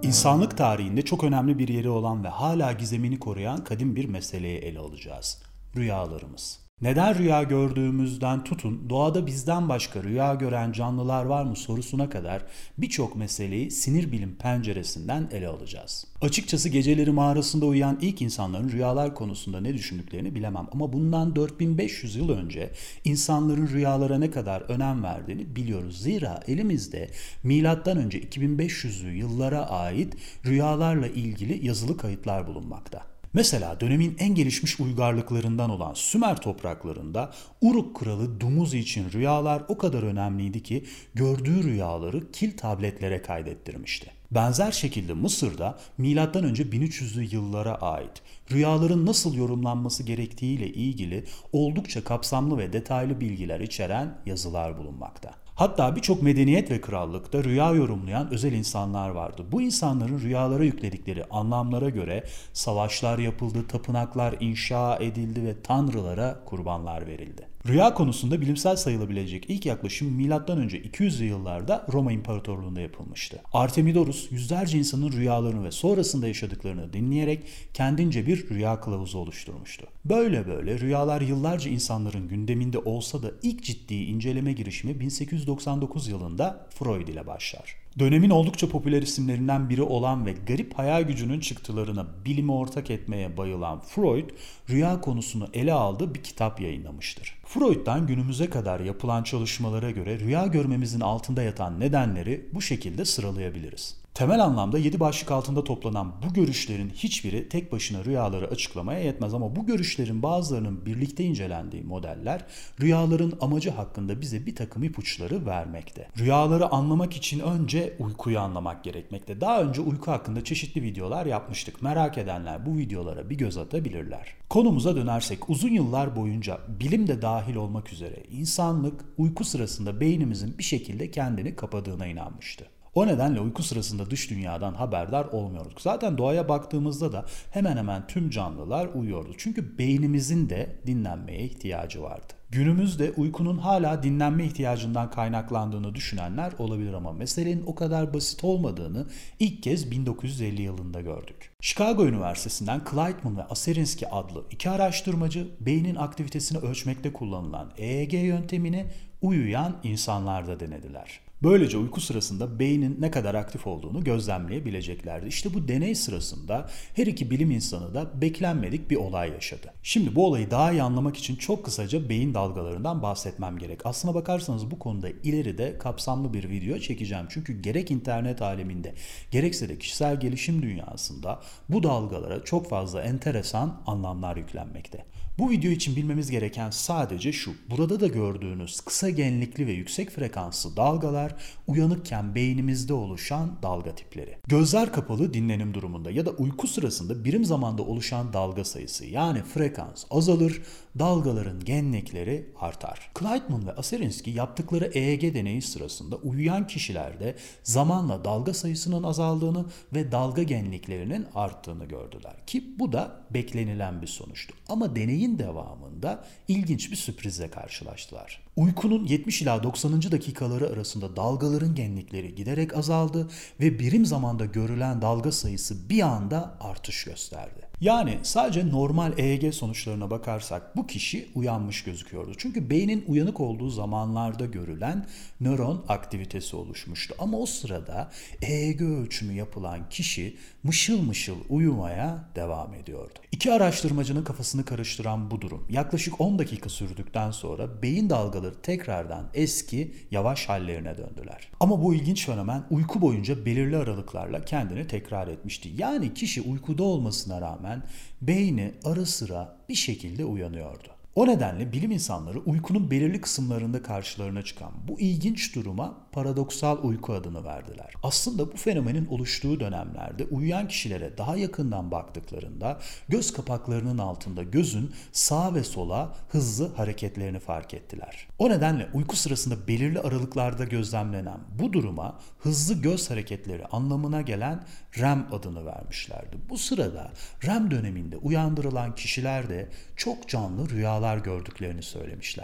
İnsanlık tarihinde çok önemli bir yeri olan ve hala gizemini koruyan kadim bir meseleyi ele alacağız. Rüyalarımız. Neden rüya gördüğümüzden tutun, doğada bizden başka rüya gören canlılar var mı sorusuna kadar birçok meseleyi sinir bilim penceresinden ele alacağız. Açıkçası geceleri mağarasında uyuyan ilk insanların rüyalar konusunda ne düşündüklerini bilemem ama bundan 4500 yıl önce insanların rüyalara ne kadar önem verdiğini biliyoruz. Zira elimizde M.Ö. 2500'lü yıllara ait rüyalarla ilgili yazılı kayıtlar bulunmakta. Mesela dönemin en gelişmiş uygarlıklarından olan Sümer topraklarında Uruk kralı Dumuzi için rüyalar o kadar önemliydi ki gördüğü rüyaları kil tabletlere kaydettirmişti. Benzer şekilde Mısır'da M.Ö. 1300'lü yıllara ait rüyaların nasıl yorumlanması gerektiğiyle ilgili oldukça kapsamlı ve detaylı bilgiler içeren yazılar bulunmakta. Hatta birçok medeniyet ve krallıkta rüya yorumlayan özel insanlar vardı. Bu insanların rüyalara yükledikleri anlamlara göre savaşlar yapıldı, tapınaklar inşa edildi ve tanrılara kurbanlar verildi. Rüya konusunda bilimsel sayılabilecek ilk yaklaşım M.Ö. 200'lü yıllarda Roma İmparatorluğu'nda yapılmıştı. Artemidorus yüzlerce insanın rüyalarını ve sonrasında yaşadıklarını dinleyerek kendince bir rüya kılavuzu oluşturmuştu. Böyle böyle rüyalar yıllarca insanların gündeminde olsa da ilk ciddi inceleme girişimi 1899 yılında Freud ile başlar. Dönemin oldukça popüler isimlerinden biri olan ve garip hayal gücünün çıktılarına bilimi ortak etmeye bayılan Freud, rüya konusunu ele aldığı bir kitap yayınlamıştır. Freud'dan günümüze kadar yapılan çalışmalara göre rüya görmemizin altında yatan nedenleri bu şekilde sıralayabiliriz. Temel anlamda 7 başlık altında toplanan bu görüşlerin hiçbiri tek başına rüyaları açıklamaya yetmez ama bu görüşlerin bazılarının birlikte incelendiği modeller rüyaların amacı hakkında bize bir takım ipuçları vermekte. Rüyaları anlamak için önce uykuyu anlamak gerekmekte. Daha önce uyku hakkında çeşitli videolar yapmıştık. Merak edenler bu videolara bir göz atabilirler. Konumuza dönersek uzun yıllar boyunca bilim de dahil olmak üzere insanlık uyku sırasında beynimizin bir şekilde kendini kapadığına inanmıştı. O nedenle uyku sırasında dış dünyadan haberdar olmuyorduk. Zaten doğaya baktığımızda da hemen hemen tüm canlılar uyuyordu. Çünkü beynimizin de dinlenmeye ihtiyacı vardı. Günümüzde uykunun hala dinlenme ihtiyacından kaynaklandığını düşünenler olabilir ama meselenin o kadar basit olmadığını ilk kez 1950 yılında gördük. Chicago Üniversitesi'nden Kleitman ve Aserinsky adlı iki araştırmacı beynin aktivitesini ölçmekte kullanılan EEG yöntemini uyuyan insanlarda denediler. Böylece uyku sırasında beynin ne kadar aktif olduğunu gözlemleyebileceklerdi. İşte bu deney sırasında her iki bilim insanı da beklenmedik bir olay yaşadı. Şimdi bu olayı daha iyi anlamak için çok kısaca beyin dalgalarından bahsetmem gerek. Aslına bakarsanız bu konuda ileride kapsamlı bir video çekeceğim. Çünkü gerek internet aleminde gerekse de kişisel gelişim dünyasında bu dalgalara çok fazla enteresan anlamlar yüklenmekte. Bu video için bilmemiz gereken sadece şu. Burada da gördüğünüz kısa genlikli ve yüksek frekanslı dalgalar uyanıkken beynimizde oluşan dalga tipleri. Gözler kapalı dinlenim durumunda ya da uyku sırasında birim zamanda oluşan dalga sayısı yani frekans azalır, dalgaların genlikleri artar. Kleitman ve Aserinsky yaptıkları EEG deneyi sırasında uyuyan kişilerde zamanla dalga sayısının azaldığını ve dalga genliklerinin arttığını gördüler. Ki bu da beklenilen bir sonuçtu. Ama deneyin devamında ilginç bir sürprizle karşılaştılar. Uykunun 70 ila 90. dakikaları arasında dalgaların genlikleri giderek azaldı ve birim zamanda görülen dalga sayısı bir anda artış gösterdi. Yani sadece normal EEG sonuçlarına bakarsak bu kişi uyanmış gözüküyordu. Çünkü beynin uyanık olduğu zamanlarda görülen nöron aktivitesi oluşmuştu. Ama o sırada EEG ölçümü yapılan kişi mışıl mışıl uyumaya devam ediyordu. İki araştırmacının kafasını karıştıran bu durum yaklaşık 10 dakika sürdükten sonra beyin dalgaları tekrardan eski yavaş hallerine döndüler. Ama bu ilginç fenomen uyku boyunca belirli aralıklarla kendini tekrar etmişti. Yani kişi uykuda olmasına rağmen beyni ara sıra bir şekilde uyanıyordu. O nedenle bilim insanları uykunun belirli kısımlarında karşılarına çıkan bu ilginç duruma paradoksal uyku adını verdiler. Aslında bu fenomenin oluştuğu dönemlerde uyuyan kişilere daha yakından baktıklarında göz kapaklarının altında gözün sağa ve sola hızlı hareketlerini fark ettiler. O nedenle uyku sırasında belirli aralıklarda gözlemlenen bu duruma hızlı göz hareketleri anlamına gelen REM adını vermişlerdi. Bu sırada REM döneminde uyandırılan kişiler de çok canlı rüyalar gördüklerini söylemişlerdi.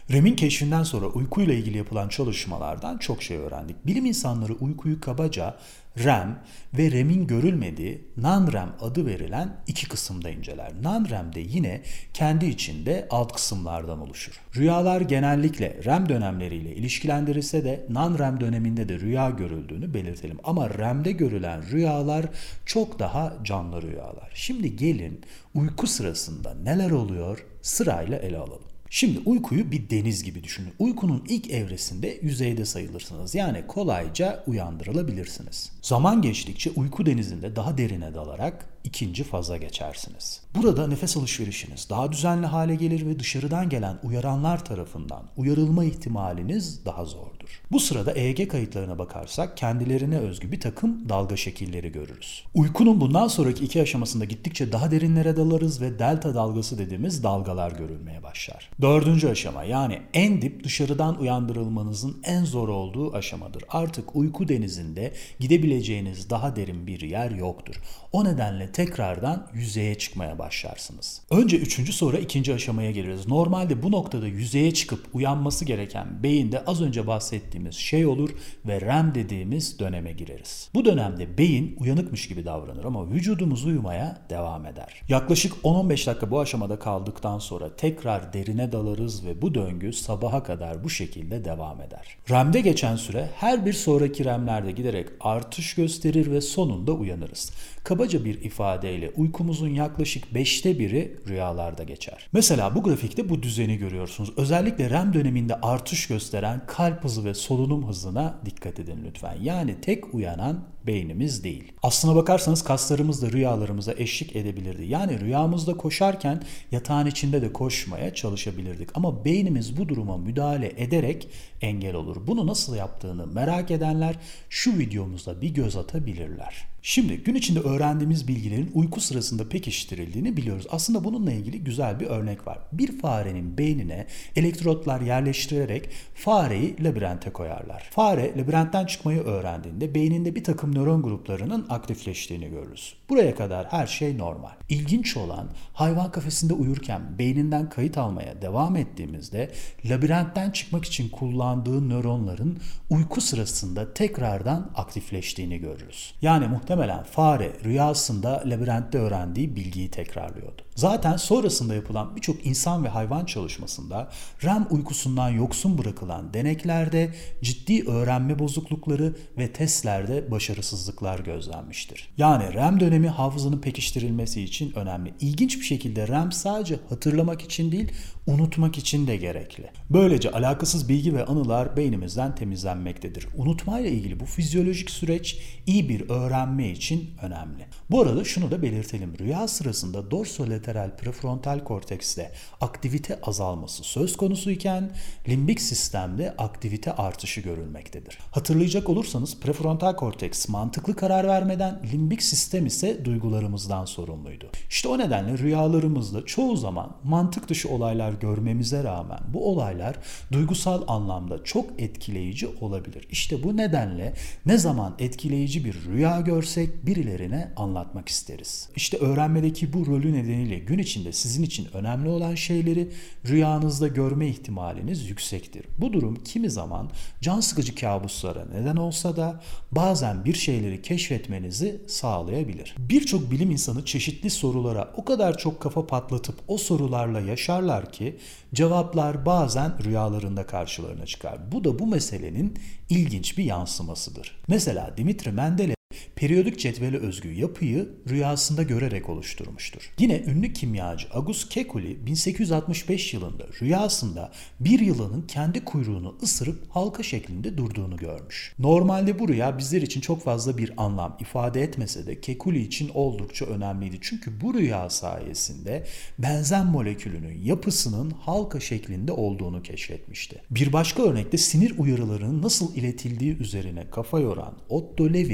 REM'in keşfinden sonra uykuyla ilgili yapılan çalışmalardan çok şey öğrendik. Bilim insanları uykuyu kabaca REM ve REM'in görülmediği non-REM adı verilen iki kısımda inceler. Non-REM de yine kendi içinde alt kısımlardan oluşur. Rüyalar genellikle REM dönemleriyle ilişkilendirilse de non-REM döneminde de rüya görüldüğünü belirtelim. Ama REM'de görülen rüyalar çok daha canlı rüyalar. Şimdi gelin uyku sırasında neler oluyor sırayla ele alalım. Şimdi uykuyu bir deniz gibi düşünün. Uykunun ilk evresinde yüzeyde sayılırsınız. Yani kolayca uyandırılabilirsiniz. Zaman geçtikçe uyku denizinde daha derine dalarak ikinci faza geçersiniz. Burada nefes alışverişiniz daha düzenli hale gelir ve dışarıdan gelen uyaranlar tarafından uyarılma ihtimaliniz daha zordur. Bu sırada EEG kayıtlarına bakarsak kendilerine özgü bir takım dalga şekilleri görürüz. Uykunun bundan sonraki iki aşamasında gittikçe daha derinlere dalarız ve delta dalgası dediğimiz dalgalar görülmeye başlar. Dördüncü aşama, yani en dip, dışarıdan uyandırılmanızın en zor olduğu aşamadır. Artık uyku denizinde gidebileceğiniz daha derin bir yer yoktur. O nedenle tekrardan yüzeye çıkmaya başlarsınız. Önce üçüncü, sonra ikinci aşamaya geliriz. Normalde bu noktada yüzeye çıkıp uyanması gereken beyinde az önce bahsettiğimiz şey olur ve REM dediğimiz döneme gireriz. Bu dönemde beyin uyanıkmış gibi davranır ama vücudumuz uyumaya devam eder. Yaklaşık 10-15 dakika bu aşamada kaldıktan sonra tekrar derine dalarız ve bu döngü sabaha kadar bu şekilde devam eder. REM'de geçen süre her bir sonraki REM'lerde giderek artış gösterir ve sonunda uyanırız. Kabaca bir ifadeyle uykumuzun yaklaşık 5'te 1'i rüyalarda geçer. Mesela bu grafikte bu düzeni görüyorsunuz. Özellikle REM döneminde artış gösteren kalp hızı ve solunum hızına dikkat edin lütfen. Yani tek uyanan beynimiz değil. Aslına bakarsanız kaslarımız da rüyalarımıza eşlik edebilirdi. Yani rüyamızda koşarken yatağın içinde de koşmaya çalışabilirdik. Ama beynimiz bu duruma müdahale ederek engel olur. Bunu nasıl yaptığını merak edenler şu videomuzda bir göz atabilirler. Şimdi gün içinde öğrendiğimiz bilgilerin uyku sırasında pekiştirildiğini biliyoruz. Aslında bununla ilgili güzel bir örnek var. Bir farenin beynine elektrotlar yerleştirerek fareyi labirente koyarlar. Fare labirentten çıkmayı öğrendiğinde beyninde bir takım nöron gruplarının aktifleştiğini görürüz. Buraya kadar her şey normal. İlginç olan, hayvan kafesinde uyurken beyninden kayıt almaya devam ettiğimizde labirentten çıkmak için kullandığı nöronların uyku sırasında tekrardan aktifleştiğini görürüz. Yani muhtemelen fare rüyasında labirentte öğrendiği bilgiyi tekrarlıyordu. Zaten sonrasında yapılan birçok insan ve hayvan çalışmasında REM uykusundan yoksun bırakılan deneklerde ciddi öğrenme bozuklukları ve testlerde başarısızlıklar gözlenmiştir. Yani REM dönemi hafızanın pekiştirilmesi için önemli. İlginç bir şekilde REM sadece hatırlamak için değil, unutmak için de gerekli. Böylece alakasız bilgi ve anılar beynimizden temizlenmektedir. Unutmayla ilgili bu fizyolojik süreç iyi bir öğrenme için önemli. Bu arada şunu da belirtelim. Rüya sırasında dorsolateral prefrontal kortekste aktivite azalması söz konusu iken limbik sistemde aktivite artışı görülmektedir. Hatırlayacak olursanız prefrontal korteks mantıklı karar vermeden, limbik sistem ise duygularımızdan sorumluydu. İşte o nedenle rüyalarımızda çoğu zaman mantık dışı olaylar görmemize rağmen bu olaylar duygusal anlamda çok etkileyici olabilir. İşte bu nedenle ne zaman etkileyici bir rüya görsek birilerine anlatmak isteriz. İşte öğrenmedeki bu rolü nedeniyle gün içinde sizin için önemli olan şeyleri rüyanızda görme ihtimaliniz yüksektir. Bu durum kimi zaman can sıkıcı kabuslara neden olsa da bazen bir şeyleri keşfetmenizi sağlayabilir. Birçok bilim insanı çeşitli sorulara o kadar çok kafa patlatıp o sorularla yaşarlar ki cevaplar bazen rüyalarında karşılarına çıkar. Bu da bu meselenin ilginç bir yansımasıdır. Mesela Dimitri Mendeleev periyodik cetvele özgü yapıyı rüyasında görerek oluşturmuştur. Yine ünlü kimyacı Auguste Kekuli 1865 yılında rüyasında bir yılanın kendi kuyruğunu ısırıp halka şeklinde durduğunu görmüş. Normalde bu rüya bizler için çok fazla bir anlam ifade etmese de Kekuli için oldukça önemliydi. Çünkü bu rüya sayesinde benzen molekülünün yapısının halka şeklinde olduğunu keşfetmişti. Bir başka örnekte sinir uyarılarının nasıl iletildiği üzerine kafa yoran Otto Lewy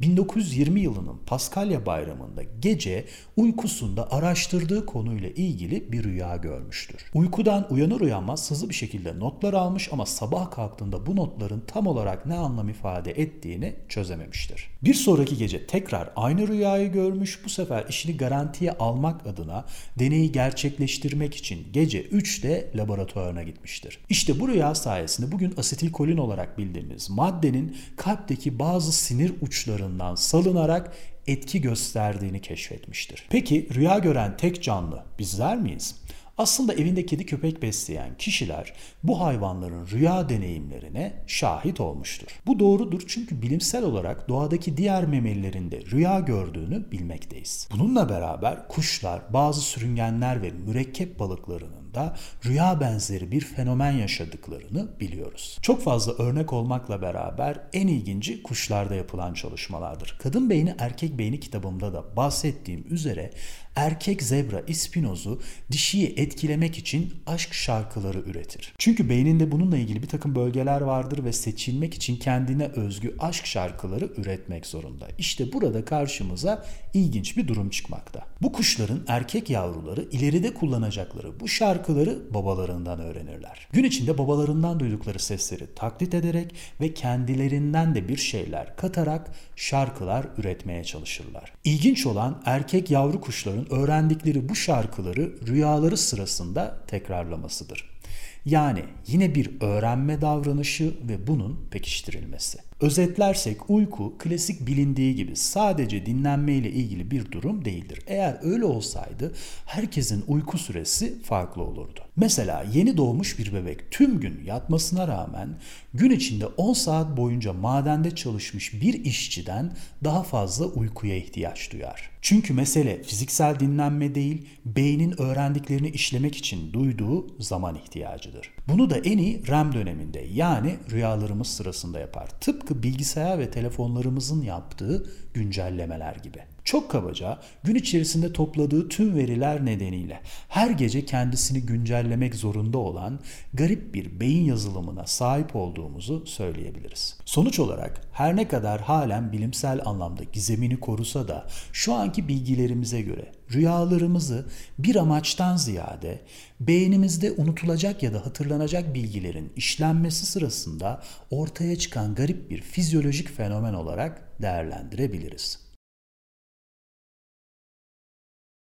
1920 yılının Paskalya Bayramı'nda gece uykusunda araştırdığı konuyla ilgili bir rüya görmüştür. Uykudan uyanır uyanmaz hızlı bir şekilde notlar almış ama sabah kalktığında bu notların tam olarak ne anlam ifade ettiğini çözememiştir. Bir sonraki gece tekrar aynı rüyayı görmüş, bu sefer işini garantiye almak adına deneyi gerçekleştirmek için gece 3'te laboratuvarına gitmiştir. İşte bu rüya sayesinde bugün asetilkolin olarak bildiğimiz maddenin kalpteki bazı sinir uçlarından salınarak etki gösterdiğini keşfetmiştir. Peki rüya gören tek canlı bizler miyiz? Aslında evinde kedi köpek besleyen kişiler bu hayvanların rüya deneyimlerine şahit olmuştur. Bu doğrudur çünkü bilimsel olarak doğadaki diğer memelilerin de rüya gördüğünü bilmekteyiz. Bununla beraber kuşlar, bazı sürüngenler ve mürekkep balıklarının da rüya benzeri bir fenomen yaşadıklarını biliyoruz. Çok fazla örnek olmakla beraber en ilginci kuşlarda yapılan çalışmalardır. Kadın Beyni Erkek Beyni kitabımda da bahsettiğim üzere erkek zebra ispinozu dişiyi etkilemek için aşk şarkıları üretir. Çünkü beyninde bununla ilgili bir takım bölgeler vardır ve seçilmek için kendine özgü aşk şarkıları üretmek zorunda. İşte burada karşımıza ilginç bir durum çıkmakta. Bu kuşların erkek yavruları ileride kullanacakları bu şarkıları babalarından öğrenirler. Gün içinde babalarından duydukları sesleri taklit ederek ve kendilerinden de bir şeyler katarak şarkılar üretmeye çalışırlar. İlginç olan erkek yavru kuşların öğrendikleri bu şarkıları rüyaları sırasında tekrarlamasıdır. Yani yine bir öğrenme davranışı ve bunun pekiştirilmesi. Özetlersek uyku klasik bilindiği gibi sadece dinlenme ile ilgili bir durum değildir. Eğer öyle olsaydı herkesin uyku süresi farklı olurdu. Mesela yeni doğmuş bir bebek tüm gün yatmasına rağmen gün içinde 10 saat boyunca madende çalışmış bir işçiden daha fazla uykuya ihtiyaç duyar. Çünkü mesele fiziksel dinlenme değil, beynin öğrendiklerini işlemek için duyduğu zaman ihtiyacıdır. Bunu da en iyi REM döneminde yani rüyalarımız sırasında yapar. Tıpkı bilgisayar ve telefonlarımızın yaptığı güncellemeler gibi. Çok kabaca gün içerisinde topladığı tüm veriler nedeniyle her gece kendisini güncellemek zorunda olan garip bir beyin yazılımına sahip olduğumuzu söyleyebiliriz. Sonuç olarak her ne kadar halen bilimsel anlamda gizemini korusa da şu anki bilgilerimize göre rüyalarımızı bir amaçtan ziyade beynimizde unutulacak ya da hatırlanacak bilgilerin işlenmesi sırasında ortaya çıkan garip bir fizyolojik fenomen olarak değerlendirebiliriz.